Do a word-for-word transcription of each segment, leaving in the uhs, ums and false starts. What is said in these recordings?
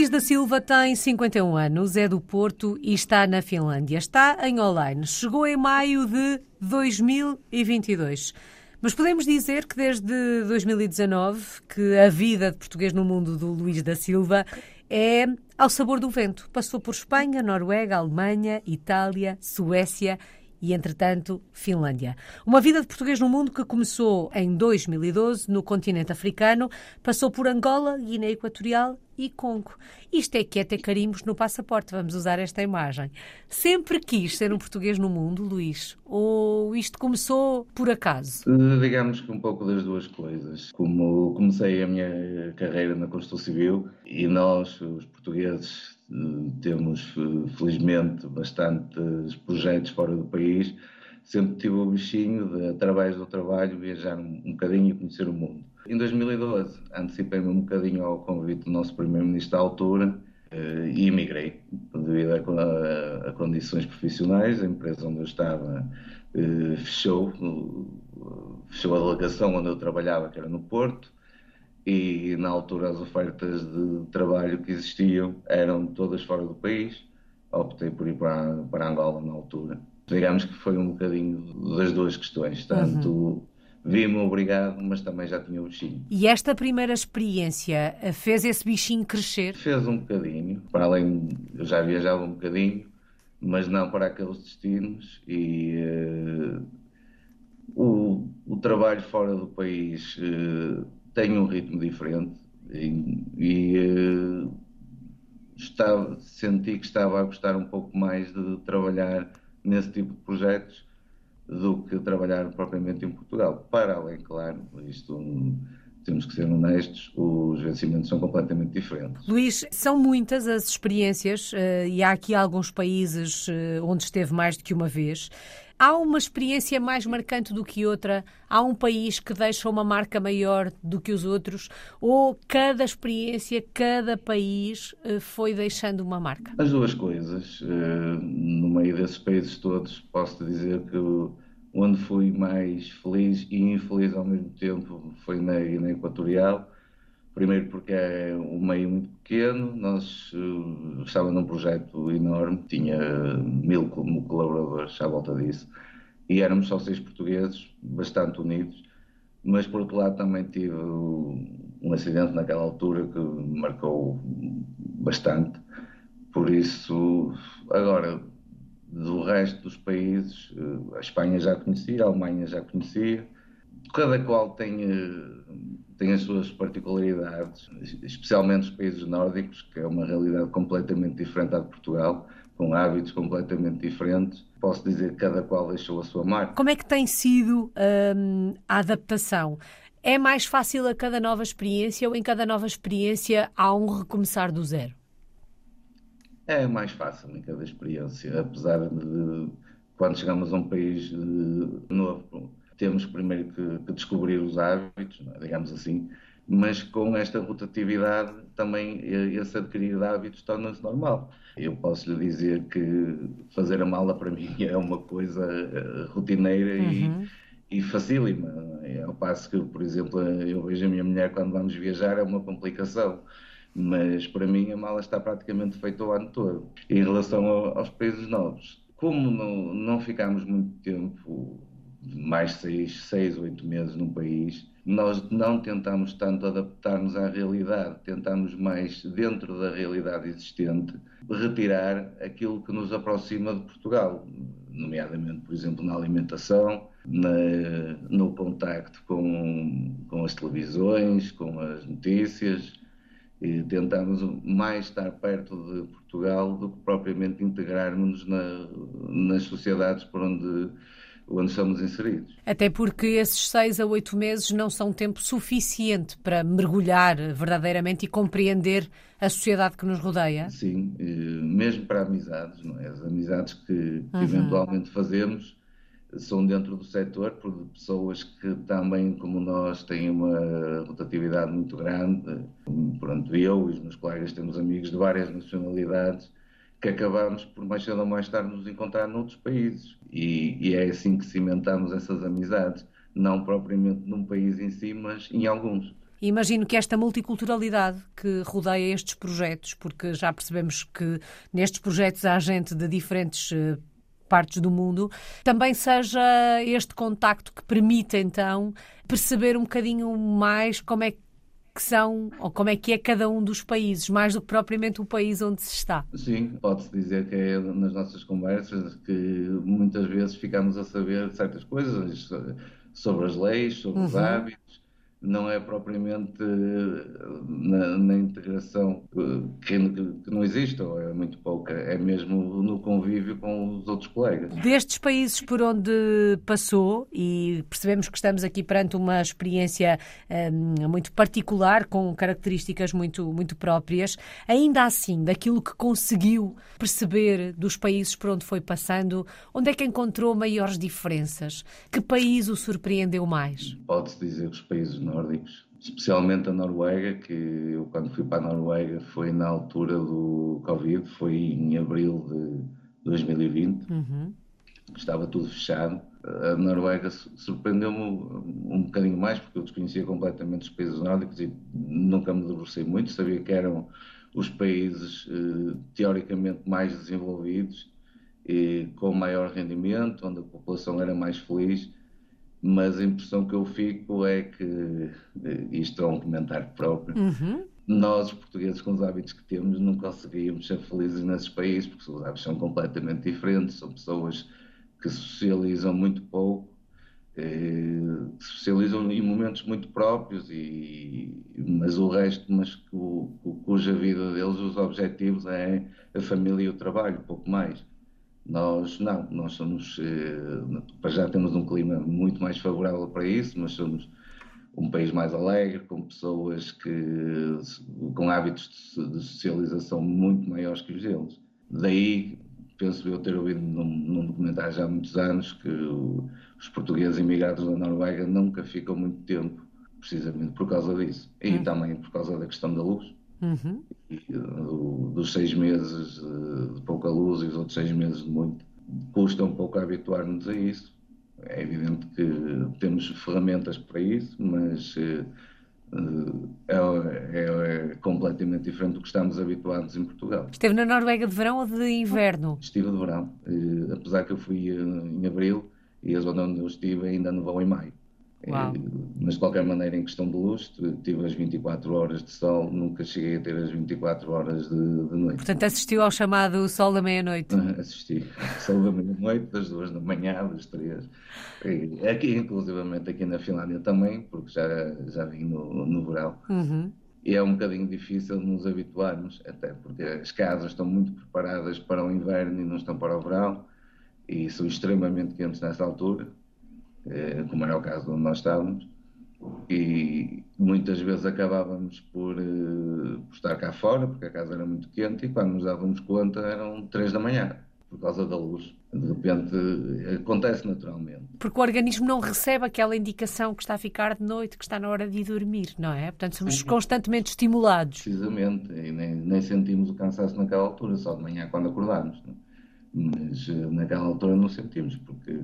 Luís da Silva tem cinquenta e um anos, é do Porto e está na Finlândia. Está em online. Chegou em maio de dois mil e vinte e dois. Mas podemos dizer que desde dois mil e dezanove que a vida de português no mundo do Luís da Silva é ao sabor do vento. Passou por Espanha, Noruega, Alemanha, Itália, Suécia e, entretanto, Finlândia. Uma vida de português no mundo que começou em dois mil e doze no continente africano, passou por Angola, Guiné Equatorial e Congo. Isto é que é ter carimbos no passaporte, vamos usar esta imagem. Sempre quis ser um português no mundo, Luís? Ou isto começou por acaso? Digamos que um pouco das duas coisas. Como comecei a minha carreira na construção civil e nós, os portugueses, temos felizmente bastantes projetos fora do país, sempre tive o bichinho de, através do trabalho, viajar um, um bocadinho e conhecer o mundo. Em dois mil e doze, antecipei-me um bocadinho ao convite do nosso primeiro-ministro da altura eh, e emigrei, devido a, a, a condições profissionais. A empresa onde eu estava eh, fechou, fechou a delegação onde eu trabalhava, que era no Porto, e na altura as ofertas de trabalho que existiam eram todas fora do país. Optei por ir para, para Angola na altura. Digamos que foi um bocadinho das duas questões, tanto uhum. vi-me obrigado, mas também já tinha o bichinho. E esta primeira experiência fez esse bichinho crescer? Fez um bocadinho, para além, eu já viajava um bocadinho, mas não para aqueles destinos, e uh, o, o trabalho fora do país uh, tem um ritmo diferente, e, e uh, estava, senti que estava a gostar um pouco mais de trabalhar nesse tipo de projetos do que trabalhar propriamente em Portugal. Para além, claro, isto temos que ser honestos, os vencimentos são completamente diferentes. Luís, são muitas as experiências e há aqui alguns países onde esteve mais do que uma vez. Há uma experiência mais marcante do que outra? Há um país que deixa uma marca maior do que os outros? Ou cada experiência, cada país foi deixando uma marca? As duas coisas. No meio desses países todos, posso dizer que onde fui mais feliz e infeliz ao mesmo tempo foi na Guiné Equatorial. Primeiro porque é um meio muito pequeno, nós uh, estávamos num projeto enorme, tinha mil colaboradores à volta disso, e éramos só seis portugueses, bastante unidos, mas por outro lado também tive um acidente naquela altura que me marcou bastante. Por isso, agora, do resto dos países, uh, a Espanha já conhecia, a Alemanha já conhecia, cada qual tem... Uh, tem as suas particularidades, especialmente os países nórdicos, que é uma realidade completamente diferente da de Portugal, com hábitos completamente diferentes. Posso dizer que cada qual deixou a sua marca. Como é que tem sido hum, a adaptação? É mais fácil a cada nova experiência ou em cada nova experiência há um recomeçar do zero? É mais fácil em cada experiência, apesar de quando chegamos a um país novo, temos primeiro que, que descobrir os hábitos, digamos assim, mas com esta rotatividade também esse adquirir de hábitos torna-se normal. Eu posso lhe dizer que fazer a mala para mim é uma coisa rotineira uhum. e, e facílima. Ao passo que, por exemplo, eu vejo a minha mulher quando vamos viajar é uma complicação. Mas para mim a mala está praticamente feita o ano todo. Em relação ao, aos países novos, como não, não ficamos muito tempo, mais seis, seis, oito meses num país, nós não tentamos tanto adaptar-nos à realidade, tentamos mais, dentro da realidade existente, retirar aquilo que nos aproxima de Portugal, nomeadamente, por exemplo, na alimentação, na, no contacto com, com as televisões, com as notícias, e tentamos mais estar perto de Portugal do que propriamente integrarmos-nos na, nas sociedades por onde onde estamos inseridos. Até porque esses seis a oito meses não são tempo suficiente para mergulhar verdadeiramente e compreender a sociedade que nos rodeia? Sim, mesmo para amizades, não é? As amizades que, que uhum. eventualmente fazemos são dentro do setor, por pessoas que também, como nós, têm uma rotatividade muito grande. Pronto, eu e os meus colegas temos amigos de várias nacionalidades que acabamos por mais cedo ou mais tarde nos encontrar noutros países. E, e é assim que cimentamos essas amizades, não propriamente num país em si, mas em alguns. Imagino que esta multiculturalidade que rodeia estes projetos, porque já percebemos que nestes projetos há gente de diferentes uh, partes do mundo, também seja este contacto que permite então perceber um bocadinho mais como é que são, ou como é que é cada um dos países, mais do que propriamente o país onde se está. Sim, pode-se dizer que é nas nossas conversas que muitas vezes ficamos a saber certas coisas sobre as leis, sobre uhum. os hábitos. Não é propriamente na, na integração que, que não existe, ou é muito pouca, é mesmo no convívio com os outros colegas. Destes países por onde passou, e percebemos que estamos aqui perante uma experiência um, muito particular, com características muito, muito próprias, ainda assim, daquilo que conseguiu perceber dos países por onde foi passando, onde é que encontrou maiores diferenças? Que país o surpreendeu mais? Pode-se dizer que os países nórdicos, especialmente a Noruega, que eu quando fui para a Noruega foi na altura do Covid, foi em abril de dois mil e vinte, uhum. Estava tudo fechado. A Noruega surpreendeu-me um bocadinho mais, porque eu desconhecia completamente os países nórdicos e nunca me debrucei muito, sabia que eram os países eh, teoricamente mais desenvolvidos e com maior rendimento, onde a população era mais feliz. Mas a impressão que eu fico é que, isto é um comentário próprio, uhum. nós, os portugueses, com os hábitos que temos, não conseguiríamos ser felizes nesses países, porque os hábitos são completamente diferentes, são pessoas que se socializam muito pouco, eh, se socializam em momentos muito próprios, e, mas o resto, mas cu, cuja vida deles, os objetivos é a família e o trabalho, pouco mais. Nós não, nós somos, para já temos um clima muito mais favorável para isso, mas somos um país mais alegre, com pessoas que, com hábitos de socialização muito maiores que os deles. Daí, penso eu ter ouvido num, num documentário já há muitos anos que o, os portugueses imigrados da Noruega nunca ficam muito tempo, precisamente por causa disso. E hum. também por causa da questão da luz. Uhum. E, do, dos seis meses de pouca luz e os outros seis meses de muito, custa um pouco a habituar-nos a isso. É evidente que temos ferramentas para isso, mas uh, é, é, é completamente diferente do que estamos habituados em Portugal. Esteve na Noruega de verão ou de inverno? Estive de verão, uh, apesar que eu fui uh, em abril e a zona onde eu estive ainda nevou em maio. Uau. Mas de qualquer maneira, em questão de luz, tive as vinte e quatro horas de sol, nunca cheguei a ter as vinte e quatro horas de, de noite. Portanto, assistiu ao chamado sol da meia-noite? Assisti, sol da meia-noite, das duas da manhã, das três. E aqui, inclusivamente aqui na Finlândia também, porque já, já vim no, no verão. Uhum. E é um bocadinho difícil nos habituarmos, até porque as casas estão muito preparadas para o inverno e não estão para o verão, e são extremamente quentes nessa altura, como era o caso onde nós estávamos, e muitas vezes acabávamos por, por estar cá fora, porque a casa era muito quente, e quando nos dávamos conta eram três da manhã, por causa da luz. De repente acontece naturalmente. Porque o organismo não recebe aquela indicação que está a ficar de noite, que está na hora de ir dormir, não é? Portanto, somos Sim. constantemente estimulados. Precisamente, e nem, nem sentimos o cansaço naquela altura, só de manhã quando acordarmos, não é? Mas naquela altura não sentimos, porque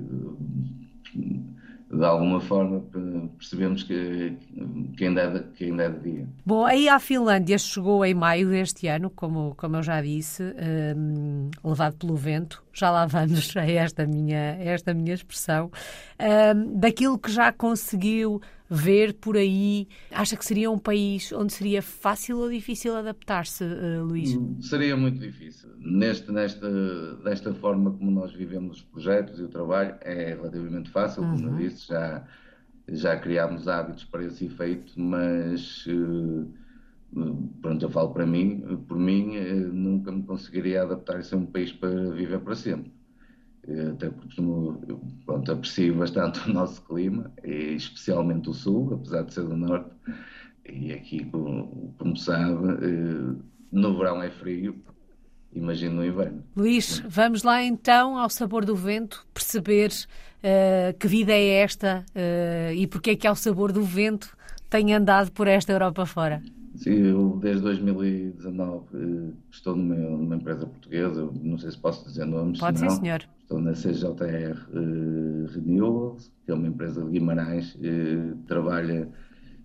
de alguma forma percebemos que, que, ainda, é de, que ainda é de dia. Bom, aí à Finlândia chegou em maio deste ano, como, como eu já disse, um, levado pelo vento. Já lá vamos a esta minha, a esta minha expressão. Um, daquilo que já conseguiu ver por aí, acha que seria um país onde seria fácil ou difícil adaptar-se, uh, Luís? Seria muito difícil. Neste, nesta, desta forma como nós vivemos os projetos e o trabalho, é relativamente fácil, como uhum. eu disse, já, já criámos hábitos para esse efeito, mas uh, pronto, eu falo para mim, por mim, uh, nunca me conseguiria adaptar a ser um país para viver para sempre. Até porque pronto, aprecio bastante o nosso clima, e especialmente o sul, apesar de ser do norte, e aqui, como, como sabe, no verão é frio, imagino no inverno. Luís, vamos lá então ao sabor do vento, perceber uh, que vida é esta uh, e porque é que ao sabor do vento tem andado por esta Europa fora. Sim, eu desde dois mil e dezanove uh, estou numa, numa empresa portuguesa, não sei se posso dizer nomes. Pode sim, senhor. Estou na C J R uh, Renewables, que é uma empresa de Guimarães, uh, trabalha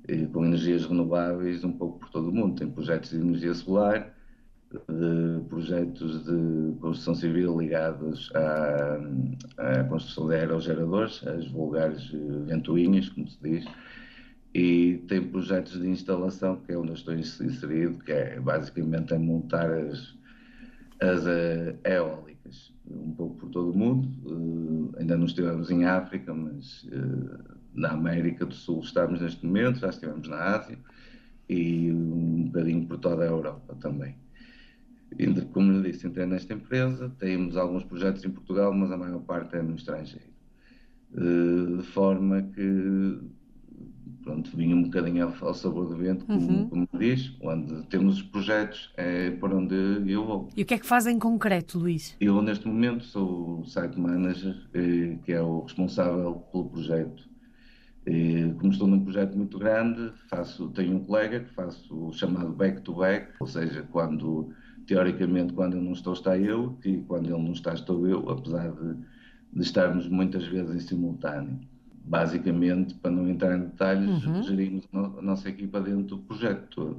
e com energias renováveis um pouco por todo o mundo. Tem projetos de energia solar, de projetos de construção civil ligados à, à construção de aerogeradores, as vulgares ventoinhas, como se diz, e tem projetos de instalação, que é onde eu estou inserido, que é basicamente a montar as, as uh, eólicas, um pouco por todo o mundo. Uh, ainda não estivemos em África, mas uh, na América do Sul estamos neste momento, já estivemos na Ásia e um bocadinho por toda a Europa também. E, como lhe disse, entrei nesta empresa, temos alguns projetos em Portugal, mas a maior parte é no estrangeiro. Uh, de forma que pronto, vinha um bocadinho ao sabor do vento, como, Uhum. como diz, onde temos os projetos, é para onde eu vou. E o que é que faz em concreto, Luís? Eu, neste momento, sou o site manager, eh, que é o responsável pelo projeto. Eh, como estou num projeto muito grande, faço, tenho um colega que faço o chamado back-to-back, ou seja, quando, teoricamente, quando eu não estou, está eu, e quando ele não está, estou eu, apesar de, de estarmos muitas vezes em simultâneo. Basicamente, para não entrar em detalhes, Uhum. gerimos a nossa equipa dentro do projeto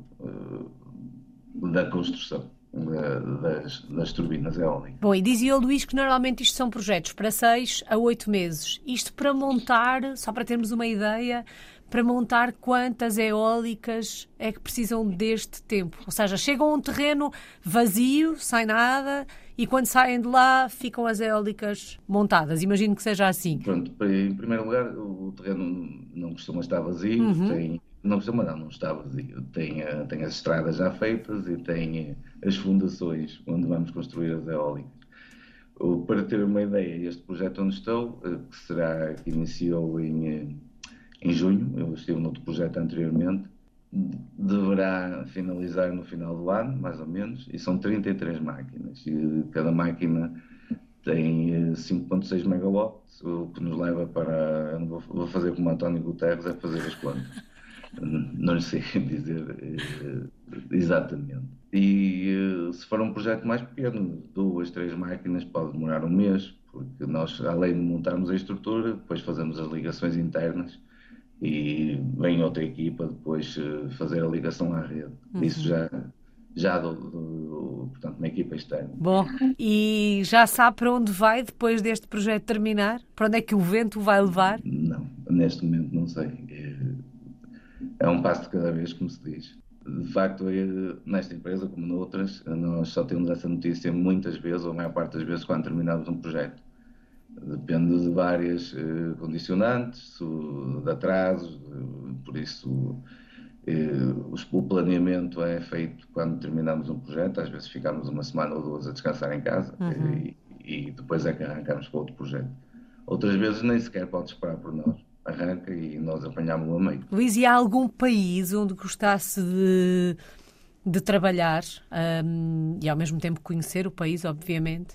uh, da construção da, das, das turbinas eólicas. Bom, e dizia o Luís que normalmente isto são projetos para seis a oito meses. Isto para montar, só para termos uma ideia, para montar quantas eólicas é que precisam deste tempo? Ou seja, chegam a um terreno vazio, sem nada, e quando saem de lá ficam as eólicas montadas. Imagino que seja assim. Pronto, em primeiro lugar, o terreno não costuma estar vazio, Uhum. tem, não costuma não, não está vazio. Tem, tem as estradas já feitas e tem as fundações onde vamos construir as eólicas. Para ter uma ideia, este projeto onde estou, que será que iniciou em, em junho, eu estive noutro projeto anteriormente, deverá finalizar no final do ano, mais ou menos, e são trinta e três máquinas, e cada máquina tem cinco vírgula seis megawatts, o que nos leva para, vou, vou fazer como António Guterres, é fazer as contas. Não lhe sei dizer exatamente. E se for um projeto mais pequeno, duas, três máquinas, pode demorar um mês, porque nós, além de montarmos a estrutura, depois fazemos as ligações internas e vem outra equipa depois fazer a ligação à rede. Uhum. Isso já, já do, do, portanto, uma equipa externa. Bom, e já sabe para onde vai depois deste projeto terminar? Para onde é que o vento o vai levar? Não, neste momento não sei. É um passo de cada vez, como se diz. De facto, nesta empresa, como noutras, nós só temos essa notícia muitas vezes, ou a maior parte das vezes, quando terminamos um projeto. Depende de várias eh, condicionantes, de atrasos, por isso eh, o planeamento é feito quando terminamos um projeto, às vezes ficamos uma semana ou duas a descansar em casa, uhum. e, e depois é que arrancamos para outro projeto. Outras vezes nem sequer pode esperar por nós. Arranca e nós apanhámos-lo a meio. Luís, e há algum país onde gostasse de, de trabalhar um, e ao mesmo tempo conhecer o país, obviamente?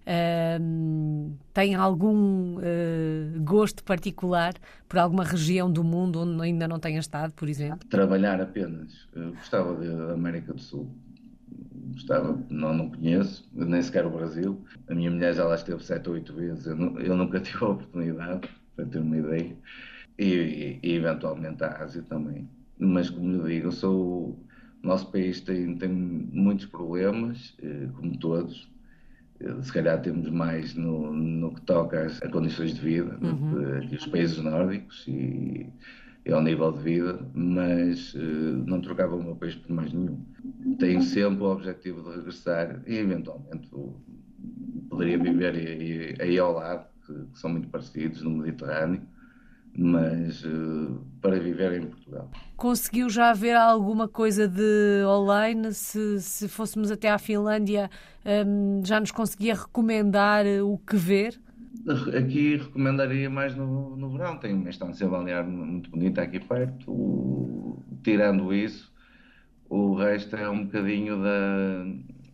Um, tem algum uh, gosto particular por alguma região do mundo onde ainda não tenha estado, por exemplo? Trabalhar apenas. Eu gostava da América do Sul. Gostava, não, não conheço, nem sequer o Brasil. A minha mulher já lá esteve sete ou oito vezes. Eu, não, eu nunca tive a oportunidade, para ter uma ideia. E, e, e eventualmente a Ásia também. Mas, como lhe digo, eu sou, o nosso país tem, tem muitos problemas, como todos. Se calhar temos mais no, no que toca a condições de vida, uhum. aqui os países nórdicos e, e ao nível de vida, mas não trocava o meu país por mais nenhum. Tenho sempre o objetivo de regressar e, eventualmente, poderia viver aí, aí ao lado, que, que são muito parecidos, no Mediterrâneo, mas uh, para viver em Portugal. Conseguiu já ver alguma coisa de online? Se, se fôssemos até à Finlândia, um, já nos conseguia recomendar o que ver? Aqui recomendaria mais no, no verão. Tem uma estância balnear muito bonita aqui perto. O, tirando isso, o resto é um bocadinho da...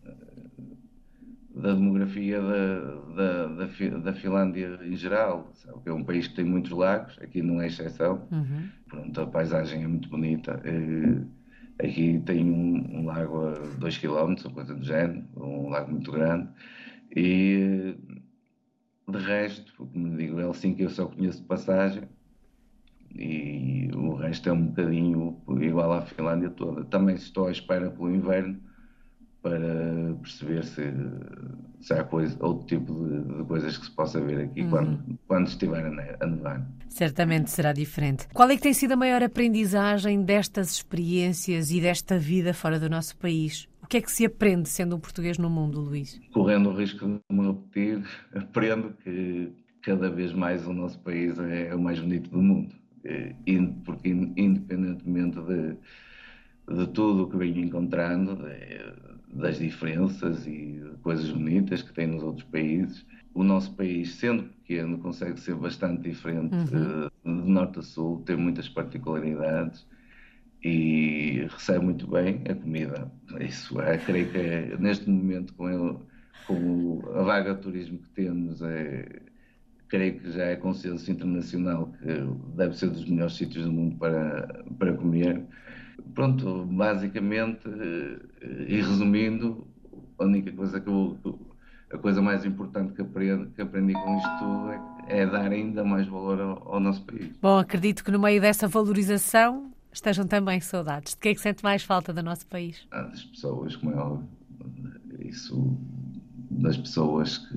da demografia da, da, da, da Finlândia em geral, sabe? É um país que tem muitos lagos, aqui não é exceção. Uhum. Pronto, a paisagem é muito bonita. Aqui tem um, um lago a dois quilómetros, ou coisa do género, um lago muito grande. E de resto, como digo, Helsinki eu só conheço de passagem. e o resto é um bocadinho igual à Finlândia toda. Também estou à espera pelo inverno para perceber se, se há coisa, outro tipo de, de coisas que se possa ver aqui Uhum. quando, quando estiver a ne- a nevar. Certamente será diferente. Qual é que tem sido a maior aprendizagem destas experiências e desta vida fora do nosso país? O que é que se aprende sendo um português no mundo, Luís? Correndo o risco de me repetir, aprendo que cada vez mais o nosso país é o mais bonito do mundo. Eh, in- Porque in- independentemente de, de tudo o que venho encontrando, eh, das diferenças e coisas bonitas que tem nos outros países, o nosso país, sendo pequeno, consegue ser bastante diferente, Uhum. eh, de norte a sul, tem muitas particularidades e recebe muito bem a comida. Isso é, creio que é, neste momento, com, ele, com o- a vaga de turismo que temos, é, creio que já é consenso internacional que deve ser dos melhores sítios do mundo para, para comer. Pronto, basicamente, eh, e resumindo, a única coisa que eu, a coisa mais importante que aprendi, que aprendi com isto tudo é, é dar ainda mais valor ao, ao nosso país. Bom, acredito que no meio dessa valorização estejam também saudades. De que é que sente mais falta do nosso país? Há das pessoas, como é óbvio, isso das pessoas que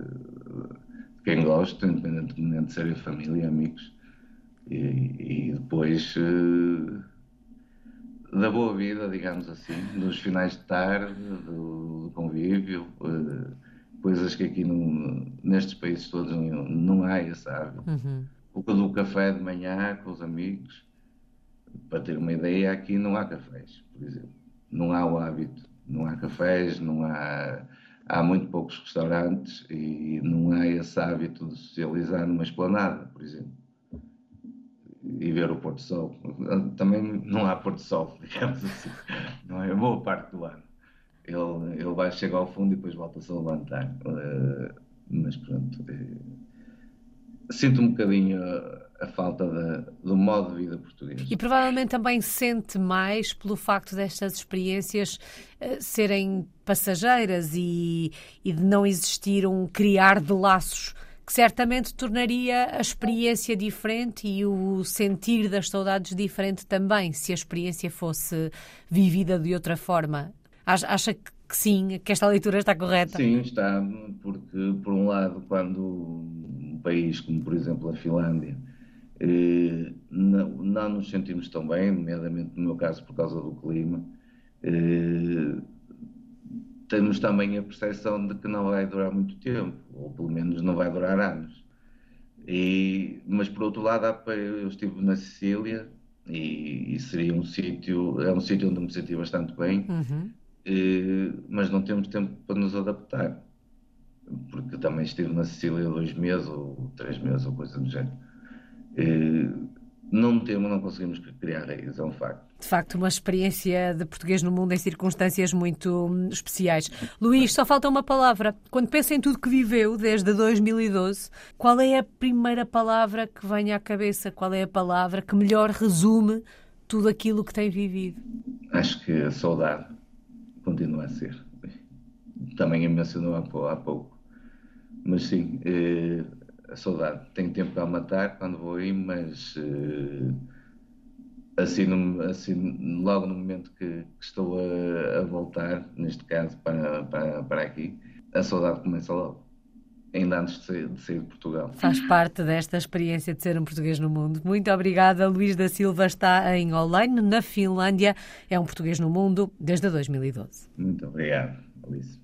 de quem gosto, independentemente de serem família, amigos, e, e depois eh, da boa vida, digamos assim, dos finais de tarde, do, do convívio, eh, coisas que aqui não, nestes países todos não, não há esse hábito. Uhum. O que do café de manhã com os amigos, para ter uma ideia, aqui não há cafés, por exemplo. Não há o hábito, não há cafés, não há, há muito poucos restaurantes e não há esse hábito de socializar numa esplanada, por exemplo, e ver o pôr do sol. Também não há pôr do sol, digamos assim, não é? A boa parte do ano. Ele, ele vai chegar ao fundo e depois volta-se a levantar. Uh, mas pronto, uh, sinto um bocadinho a, a falta da, do modo de vida português. E provavelmente também sente mais pelo facto destas experiências uh, serem passageiras e, e de não existir um criar de laços que certamente tornaria a experiência diferente e o sentir das saudades diferente também, se a experiência fosse vivida de outra forma. Acha que sim, que esta leitura está correta? Sim, está, porque por um lado, quando um país como, por exemplo, a Finlândia, eh, não, não nos sentimos tão bem, nomeadamente no meu caso por causa do clima, eh, temos também a percepção de que não vai durar muito tempo, ou pelo menos não vai durar anos. E, mas por outro lado, eu estive na Sicília e, e seria um sítio, é um sítio onde me senti bastante bem, Uhum. e, mas não temos tempo para nos adaptar, porque também estive na Sicília dois meses ou três meses ou coisa do género. E, não temos, não conseguimos criar raízes, é um facto. De facto, uma experiência de português no mundo em circunstâncias muito hum, especiais. Luís, só falta uma palavra. Quando pensa em tudo que viveu desde dois mil e doze, qual é a primeira palavra que vem à cabeça? Qual é a palavra que melhor resume tudo aquilo que tem vivido? Acho que a saudade continua a ser. Também a mencionou há pouco. Mas sim, eh, a saudade. Tenho tempo para matar quando vou aí, mas eh, assim, no, assim, logo no momento que, que estou a, a voltar, neste caso para, para, para aqui, a saudade começa logo, ainda antes de sair, de sair de Portugal. Faz parte desta experiência de ser um português no mundo. Muito obrigada. Luís da Silva está em Olaine, na Finlândia. É um português no mundo desde dois mil e doze. Muito obrigado, Alice.